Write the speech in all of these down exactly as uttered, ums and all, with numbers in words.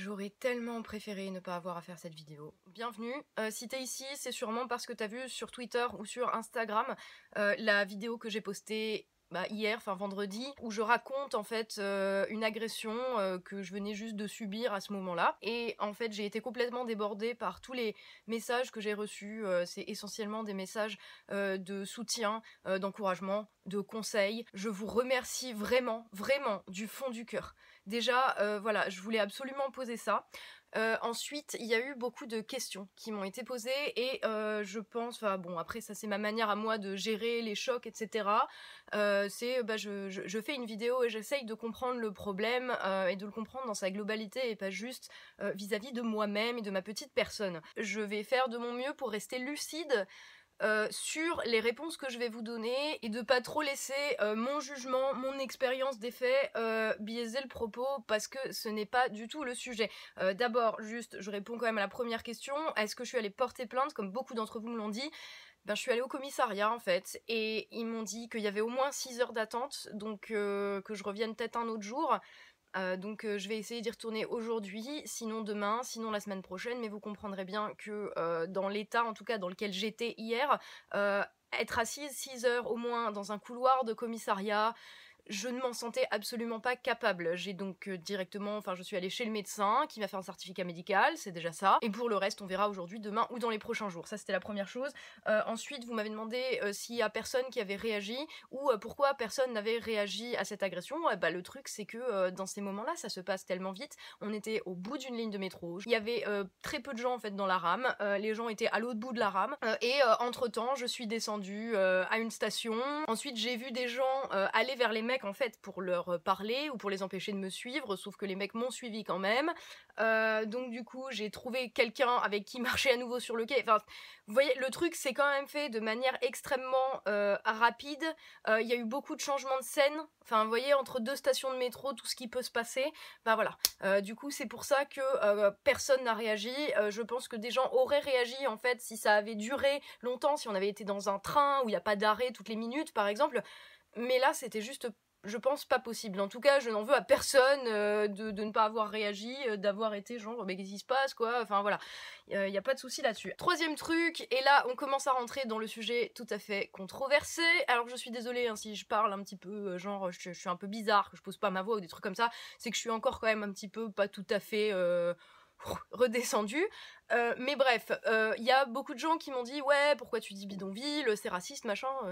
J'aurais tellement préféré ne pas avoir à faire cette vidéo. Bienvenue, euh, si t'es ici, c'est sûrement parce que t'as vu sur Twitter ou sur Instagram euh, la vidéo que j'ai postée bah, hier, enfin vendredi, où je raconte en fait euh, une agression euh, que je venais juste de subir à ce moment-là. Et en fait j'ai été complètement débordée par tous les messages que j'ai reçus. Euh, c'est essentiellement des messages euh, de soutien, euh, d'encouragement, de conseils. Je vous remercie vraiment, vraiment du fond du cœur. Déjà, euh, voilà, je voulais absolument poser ça. Euh, ensuite, il y a eu beaucoup de questions qui m'ont été posées et euh, je pense, enfin bon, après ça c'est ma manière à moi de gérer les chocs, et cetera. Euh, c'est, bah, je, je, je fais une vidéo et j'essaye de comprendre le problème euh, et de le comprendre dans sa globalité et pas juste euh, vis-à-vis de moi-même et de ma petite personne. Je vais faire de mon mieux pour rester lucide Euh, sur les réponses que je vais vous donner et de pas trop laisser euh, mon jugement, mon expérience des faits euh, biaiser le propos parce que ce n'est pas du tout le sujet. Euh, D'abord, juste, je réponds quand même à la première question. Est-ce que je suis allée porter plainte, comme beaucoup d'entre vous me l'ont dit? Ben, je suis allée au commissariat en fait et ils m'ont dit qu'il y avait au moins six heures d'attente, donc euh, que je revienne peut-être un autre jour. Euh, donc euh, je vais essayer d'y retourner aujourd'hui, sinon demain, sinon la semaine prochaine, mais vous comprendrez bien que euh, dans l'état en tout cas dans lequel j'étais hier, euh, être assise six heures au moins dans un couloir de commissariat, je ne m'en sentais absolument pas capable. J'ai donc euh, directement, enfin je suis allée chez le médecin qui m'a fait un certificat médical, c'est déjà ça. Et pour le reste, on verra aujourd'hui, demain ou dans les prochains jours. Ça c'était la première chose. Euh, ensuite, vous m'avez demandé euh, s'il y a personne qui avait réagi ou euh, pourquoi personne n'avait réagi à cette agression. Euh, bah, le truc c'est que euh, dans ces moments-là, ça se passe tellement vite. On était au bout d'une ligne de métro. Il y avait euh, très peu de gens en fait dans la rame. Euh, les gens étaient à l'autre bout de la rame. Euh, et euh, entre-temps, je suis descendue euh, à une station. Ensuite, j'ai vu des gens euh, aller vers les mecs en fait pour leur parler ou pour les empêcher de me suivre, sauf que les mecs m'ont suivi quand même. Euh, donc du coup j'ai trouvé quelqu'un avec qui marcher à nouveau sur le quai. Enfin, vous voyez, le truc c'est quand même fait de manière extrêmement euh, rapide. Il euh, y a eu beaucoup de changements de scène. Enfin, vous voyez, entre deux stations de métro, tout ce qui peut se passer. Bah voilà. Euh, du coup, c'est pour ça que euh, personne n'a réagi. Euh, je pense que des gens auraient réagi en fait si ça avait duré longtemps, si on avait été dans un train où il n'y a pas d'arrêt toutes les minutes, par exemple. Mais là, c'était juste, je pense, pas possible. En tout cas, je n'en veux à personne euh, de, de ne pas avoir réagi, euh, d'avoir été genre, mais qu'est-ce qui se passe, quoi. Enfin, voilà. Il euh, n'y a pas de souci là-dessus. Troisième truc, et là, on commence à rentrer dans le sujet tout à fait controversé. Alors, je suis désolée hein, si je parle un petit peu, euh, genre, je, je suis un peu bizarre, que je pose pas ma voix ou des trucs comme ça. C'est que je suis encore quand même un petit peu pas tout à fait... Euh... redescendu, euh, mais bref, il euh, y a beaucoup de gens qui m'ont dit ouais pourquoi tu dis bidonville, c'est raciste machin. euh.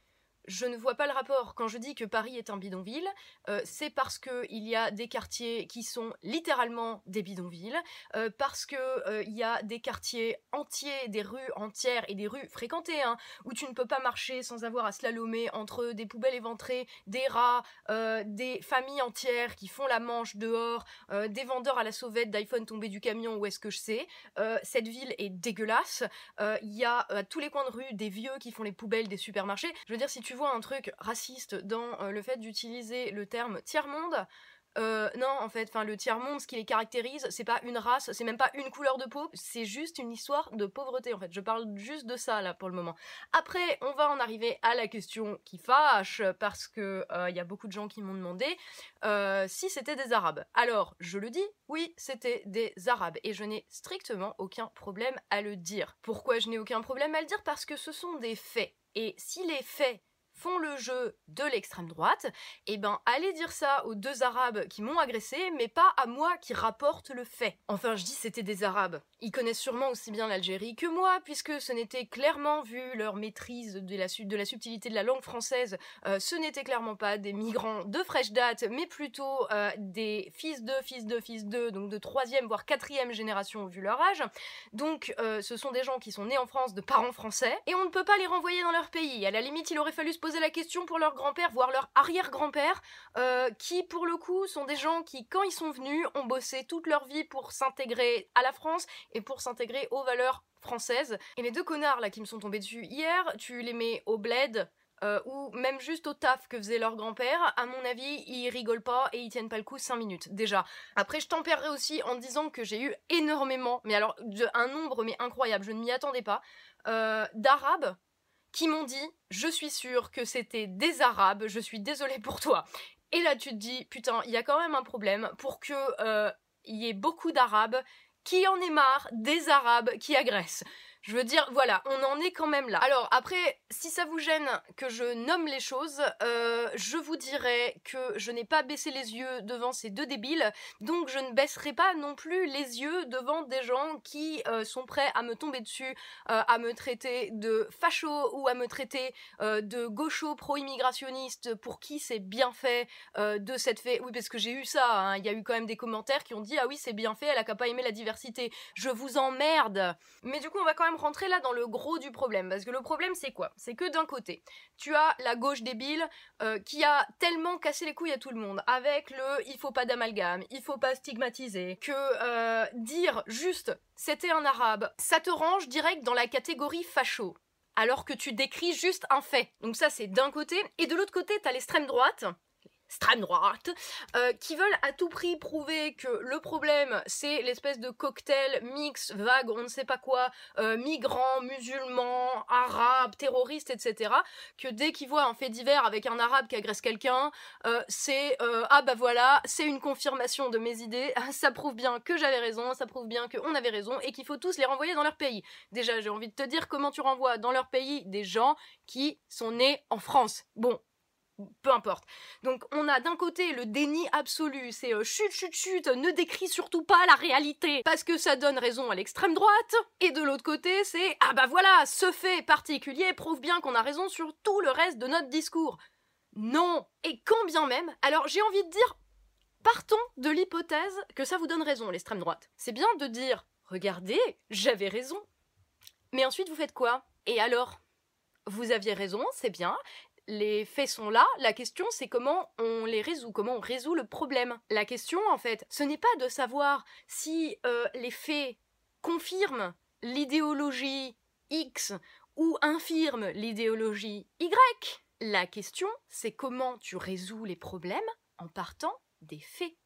Je ne vois pas le rapport. Quand je dis que Paris est un bidonville, euh, c'est parce qu'il y a des quartiers qui sont littéralement des bidonvilles, euh, parce qu'il euh, y a des quartiers entiers, des rues entières et des rues fréquentées, hein, où tu ne peux pas marcher sans avoir à slalomer entre des poubelles éventrées, des rats, euh, des familles entières qui font la manche dehors, euh, des vendeurs à la sauvette d'iPhone tombés du camion, où est-ce que je sais. Euh, cette ville est dégueulasse. Il euh, y a à tous les coins de rue des vieux qui font les poubelles des supermarchés. Je veux dire, si tu vois un truc raciste dans euh, le fait d'utiliser le terme tiers-monde, euh, non, en fait, enfin, le tiers-monde, ce qui les caractérise, c'est pas une race, c'est même pas une couleur de peau, c'est juste une histoire de pauvreté, en fait. Je parle juste de ça, là, pour le moment. Après, on va en arriver à la question qui fâche, parce que il euh, y a beaucoup de gens qui m'ont demandé euh, si c'était des Arabes. Alors, je le dis, oui, c'était des Arabes, et je n'ai strictement aucun problème à le dire. Pourquoi je n'ai aucun problème à le dire? Parce que ce sont des faits. Et si les faits font le jeu de l'extrême droite, et ben allez dire ça aux deux Arabes qui m'ont agressé, mais pas à moi qui rapporte le fait. Enfin, je dis c'était des Arabes. Ils connaissent sûrement aussi bien l'Algérie que moi, puisque ce n'était clairement, vu leur maîtrise de la, de la subtilité de la langue française, euh, ce n'était clairement pas des migrants de fraîche date, mais plutôt euh, des fils de, fils de, fils de, donc de troisième, voire quatrième génération vu leur âge. Donc, euh, ce sont des gens qui sont nés en France de parents français, et on ne peut pas les renvoyer dans leur pays. À la limite, il aurait fallu se poser la question pour leur grand-père, voire leur arrière-grand-père, euh, qui pour le coup sont des gens qui, quand ils sont venus, ont bossé toute leur vie pour s'intégrer à la France et pour s'intégrer aux valeurs françaises. Et les deux connards là qui me sont tombés dessus hier, tu les mets au bled, euh, ou même juste au taf que faisait leur grand-père, à mon avis, ils rigolent pas et ils tiennent pas le coup cinq minutes, déjà. Après, je tempérerai aussi en disant que j'ai eu énormément, mais alors, de, un nombre mais incroyable, je ne m'y attendais pas, euh, d'Arabes qui m'ont dit « Je suis sûre que c'était des Arabes, je suis désolée pour toi ». Et là, tu te dis « Putain, il y a quand même un problème pour que... Euh, il y ait beaucoup d'Arabes. Qui en est marre des Arabes qui agressent? Je veux dire, voilà, on en est quand même là. Alors après, si ça vous gêne que je nomme les choses, euh, je vous dirais que je n'ai pas baissé les yeux devant ces deux débiles, donc je ne baisserai pas non plus les yeux devant des gens qui euh, sont prêts à me tomber dessus, euh, à me traiter de facho ou à me traiter euh, de gaucho pro-immigrationniste pour qui c'est bien fait euh, de cette fait. Oui, parce que j'ai eu ça, hein. Il y a eu quand même des commentaires qui ont dit « Ah oui, c'est bien fait, elle a qu'à pas aimer la diversité. » Je vous emmerde. Mais du coup, on va quand même rentrer là dans le gros du problème, parce que le problème c'est quoi? C'est que d'un côté, tu as la gauche débile euh, qui a tellement cassé les couilles à tout le monde, avec le il faut pas d'amalgame, il faut pas stigmatiser, que euh, dire juste c'était un arabe, ça te range direct dans la catégorie facho, alors que tu décris juste un fait. Donc ça c'est d'un côté, et de l'autre côté t'as l'extrême droite, extrême droite, euh, qui veulent à tout prix prouver que le problème c'est l'espèce de cocktail mix vague, on ne sait pas quoi, euh, migrants, musulmans, arabes, terroristes, et cetera. Que dès qu'ils voient un fait divers avec un arabe qui agresse quelqu'un, euh, c'est euh, ah bah voilà, c'est une confirmation de mes idées, ça prouve bien que j'avais raison, ça prouve bien qu'on avait raison et qu'il faut tous les renvoyer dans leur pays. Déjà j'ai envie de te dire comment tu renvoies dans leur pays des gens qui sont nés en France. Bon. Peu importe. Donc on a d'un côté le déni absolu, c'est euh, chut chut chut, ne décris surtout pas la réalité, parce que ça donne raison à l'extrême droite, et de l'autre côté c'est ah bah voilà, ce fait particulier prouve bien qu'on a raison sur tout le reste de notre discours. Non. Et quand bien même, alors j'ai envie de dire, partons de l'hypothèse que ça vous donne raison l'extrême droite. C'est bien de dire, regardez, j'avais raison. Mais ensuite vous faites quoi? Et alors? Vous aviez raison, c'est bien. Les faits sont là, la question c'est comment on les résout, comment on résout le problème. La question en fait, ce n'est pas de savoir si euh, les faits confirment l'idéologie X ou infirment l'idéologie Y. La question c'est comment tu résous les problèmes en partant des faits.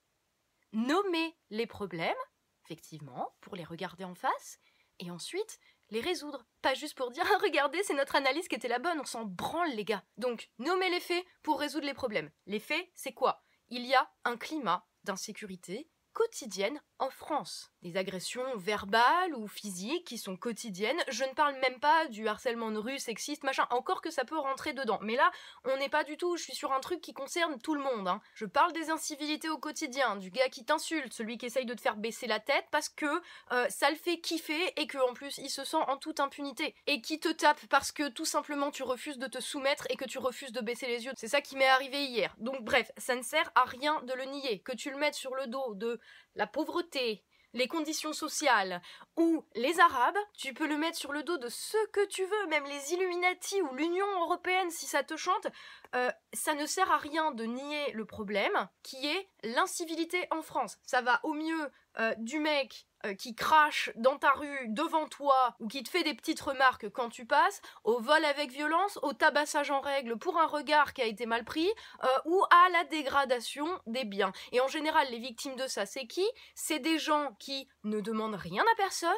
Nommer les problèmes, effectivement, pour les regarder en face, et ensuite les résoudre. Pas juste pour dire ah, « Regardez, c'est notre analyse qui était la bonne, on s'en branle les gars ». Donc, nommer les faits pour résoudre les problèmes. Les faits, c'est quoi? Il y a un climat d'insécurité quotidienne en France. Des agressions verbales ou physiques qui sont quotidiennes. Je ne parle même pas du harcèlement de rue, sexiste, machin. Encore que ça peut rentrer dedans. Mais là, on n'est pas du tout, je suis sur un truc qui concerne tout le monde. Hein. Je parle des incivilités au quotidien, du gars qui t'insulte, celui qui essaye de te faire baisser la tête parce que euh, ça le fait kiffer et qu'en plus il se sent en toute impunité. Et qui te tape parce que tout simplement tu refuses de te soumettre et que tu refuses de baisser les yeux. C'est ça qui m'est arrivé hier. Donc bref, ça ne sert à rien de le nier. Que tu le mettes sur le dos de la pauvreté, les conditions sociales ou les Arabes, tu peux le mettre sur le dos de ce que tu veux, même les Illuminati ou l'Union Européenne si ça te chante, euh, ça ne sert à rien de nier le problème qui est l'incivilité en France. Ça va au mieux euh, du mec euh, qui crache dans ta rue devant toi ou qui te fait des petites remarques quand tu passes, au vol avec violence, au tabassage en règle pour un regard qui a été mal pris euh, ou à la dégradation des biens. Et en général, les victimes de ça, c'est qui? C'est des gens qui ne demandent rien à personne,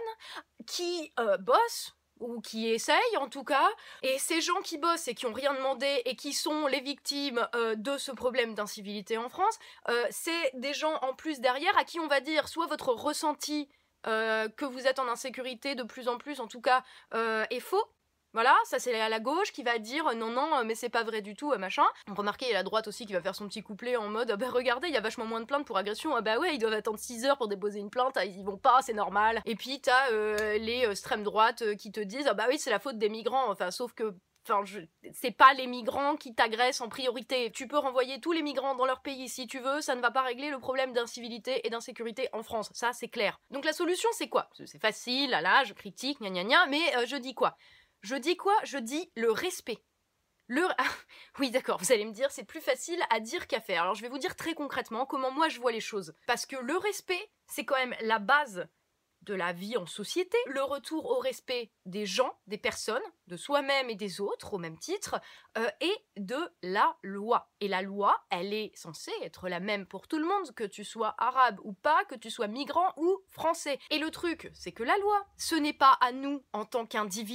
qui euh, bossent, ou qui essayent en tout cas, et ces gens qui bossent et qui ont rien demandé et qui sont les victimes euh, de ce problème d'incivilité en France, euh, c'est des gens en plus derrière à qui on va dire soit votre ressenti euh, que vous êtes en insécurité de plus en plus en tout cas euh, est faux. Voilà, ça c'est à la gauche qui va dire non non mais c'est pas vrai du tout machin. Remarquez, il y a la droite aussi qui va faire son petit couplet en mode bah regardez, il y a vachement moins de plaintes pour agression, ah bah ouais ils doivent attendre six heures pour déposer une plainte, ils y vont pas, c'est normal. Et puis t'as euh, les extrêmes droites euh, qui te disent ah bah oui c'est la faute des migrants, enfin sauf que Enfin, je... c'est pas les migrants qui t'agressent en priorité. Tu peux renvoyer tous les migrants dans leur pays si tu veux, ça ne va pas régler le problème d'incivilité et d'insécurité en France. Ça, c'est clair. Donc la solution, c'est quoi? C'est facile, là, là, je critique, gna gna gna, mais euh, je dis quoi? Je dis quoi? Je dis le respect. Le... Ah, oui, d'accord, vous allez me dire, c'est plus facile à dire qu'à faire. Alors je vais vous dire très concrètement comment moi je vois les choses. Parce que le respect, c'est quand même la base de la vie en société, le retour au respect des gens, des personnes, de soi-même et des autres au même titre, euh, et de la loi. Et la loi, elle est censée être la même pour tout le monde, que tu sois arabe ou pas, que tu sois migrant ou français. Et le truc, c'est que la loi, ce n'est pas à nous, en tant qu'individus,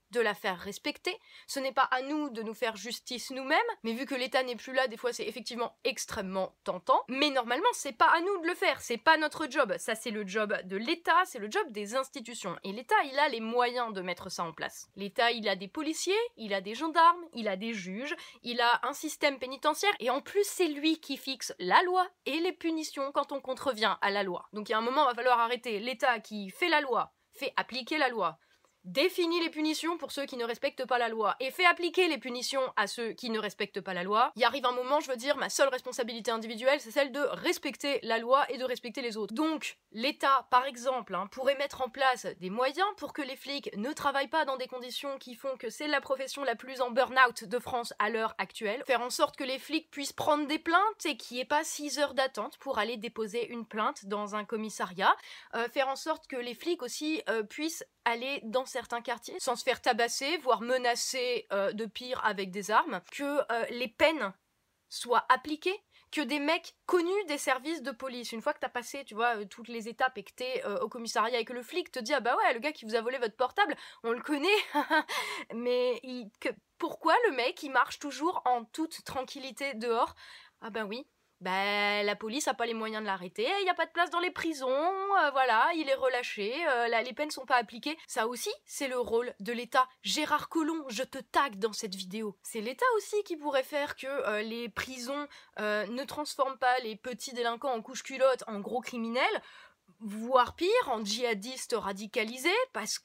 de la faire respecter, ce n'est pas à nous de nous faire justice nous-mêmes, mais vu que l'État n'est plus là, des fois c'est effectivement extrêmement tentant, mais normalement c'est pas à nous de le faire, c'est pas notre job, ça c'est le job de l'État, c'est le job des institutions, et l'État il a les moyens de mettre ça en place. L'État il a des policiers, il a des gendarmes, il a des juges, il a un système pénitentiaire, et en plus c'est lui qui fixe la loi et les punitions quand on contrevient à la loi. Donc il y a un moment il va falloir arrêter l'État qui fait la loi, fait appliquer la loi, définit les punitions pour ceux qui ne respectent pas la loi et fait appliquer les punitions à ceux qui ne respectent pas la loi. Il arrive un moment, je veux dire, ma seule responsabilité individuelle, c'est celle de respecter la loi et de respecter les autres. Donc, l'État, par exemple, hein, pourrait mettre en place des moyens pour que les flics ne travaillent pas dans des conditions qui font que c'est la profession la plus en burn-out de France à l'heure actuelle. Faire en sorte que les flics puissent prendre des plaintes et qu'il n'y ait pas six heures d'attente pour aller déposer une plainte dans un commissariat. Euh, faire en sorte que les flics aussi euh, puissent aller dans certains quartiers sans se faire tabasser, voire menacer euh, de pire avec des armes, que euh, les peines soient appliquées, que des mecs connus des services de police, une fois que t'as passé, tu vois, euh, toutes les étapes et que t'es euh, au commissariat et que le flic te dit « Ah bah ouais, le gars qui vous a volé votre portable, on le connaît !» Mais il, que, pourquoi le mec, il marche toujours en toute tranquillité dehors? Ah ben oui. Ben, la police a pas les moyens de l'arrêter, il y a pas de place dans les prisons, euh, voilà, il est relâché, euh, là, les peines sont pas appliquées. Ça aussi, c'est le rôle de l'État. Gérard Collomb, je te tag dans cette vidéo. C'est l'État aussi qui pourrait faire que euh, les prisons euh, ne transforment pas les petits délinquants en couche-culotte en gros criminels, voire pire, en djihadistes radicalisés, parce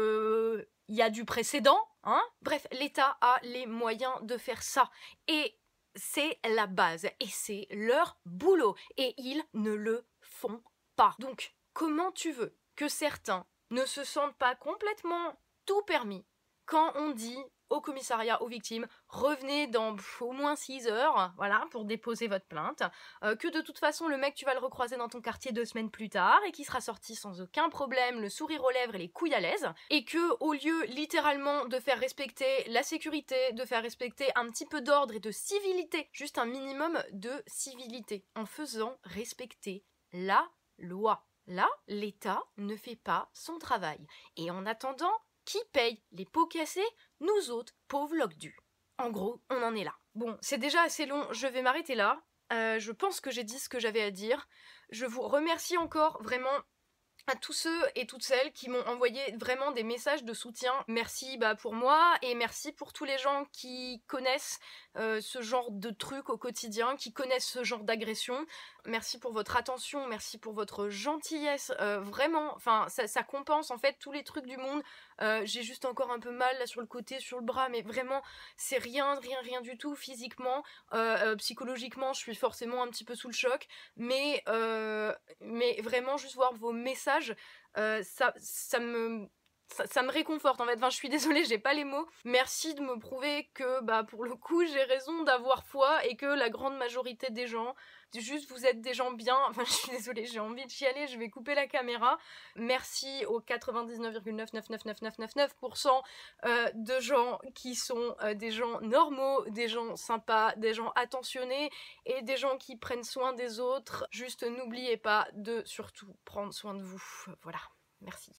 que il y a du précédent, hein. Bref, l'État a les moyens de faire ça. Et c'est la base, et c'est leur boulot, et ils ne le font pas. Donc, comment tu veux que certains ne se sentent pas complètement tout permis quand on dit au commissariat aux victimes, revenez dans pff, au moins six heures, voilà, pour déposer votre plainte, euh, que de toute façon le mec tu vas le recroiser dans ton quartier deux semaines plus tard, et qui sera sorti sans aucun problème, le sourire aux lèvres et les couilles à l'aise, et que au lieu littéralement de faire respecter la sécurité, de faire respecter un petit peu d'ordre et de civilité, juste un minimum de civilité, en faisant respecter la loi. Là, l'État ne fait pas son travail, et en attendant, qui paye les pots cassés? Nous autres, pauvres loc-du. En gros, on en est là. Bon, c'est déjà assez long, je vais m'arrêter là. Euh, je pense que j'ai dit ce que j'avais à dire. Je vous remercie encore vraiment à tous ceux et toutes celles qui m'ont envoyé vraiment des messages de soutien. Merci bah, pour moi, et merci pour tous les gens qui connaissent euh, ce genre de trucs au quotidien, qui connaissent ce genre d'agression. Merci pour votre attention, merci pour votre gentillesse, euh, vraiment, enfin ça, ça compense en fait tous les trucs du monde. Euh, j'ai juste encore un peu mal là sur le côté, sur le bras, mais vraiment c'est rien, rien, rien du tout physiquement. Euh, euh, psychologiquement je suis forcément un petit peu sous le choc, mais, euh, mais vraiment juste voir vos messages, euh, ça, ça me... Ça, ça me réconforte en fait, enfin je suis désolée, j'ai pas les mots. Merci de me prouver que bah pour le coup j'ai raison d'avoir foi, et que la grande majorité des gens, juste vous êtes des gens bien, enfin je suis désolée, j'ai envie de chialer, je vais couper la caméra. Merci aux quatre-vingt-dix-neuf virgule neuf neuf neuf neuf neuf neuf neuf pour cent euh, de gens qui sont euh, des gens normaux, des gens sympas, des gens attentionnés, et des gens qui prennent soin des autres. Juste n'oubliez pas de surtout prendre soin de vous. Voilà, merci.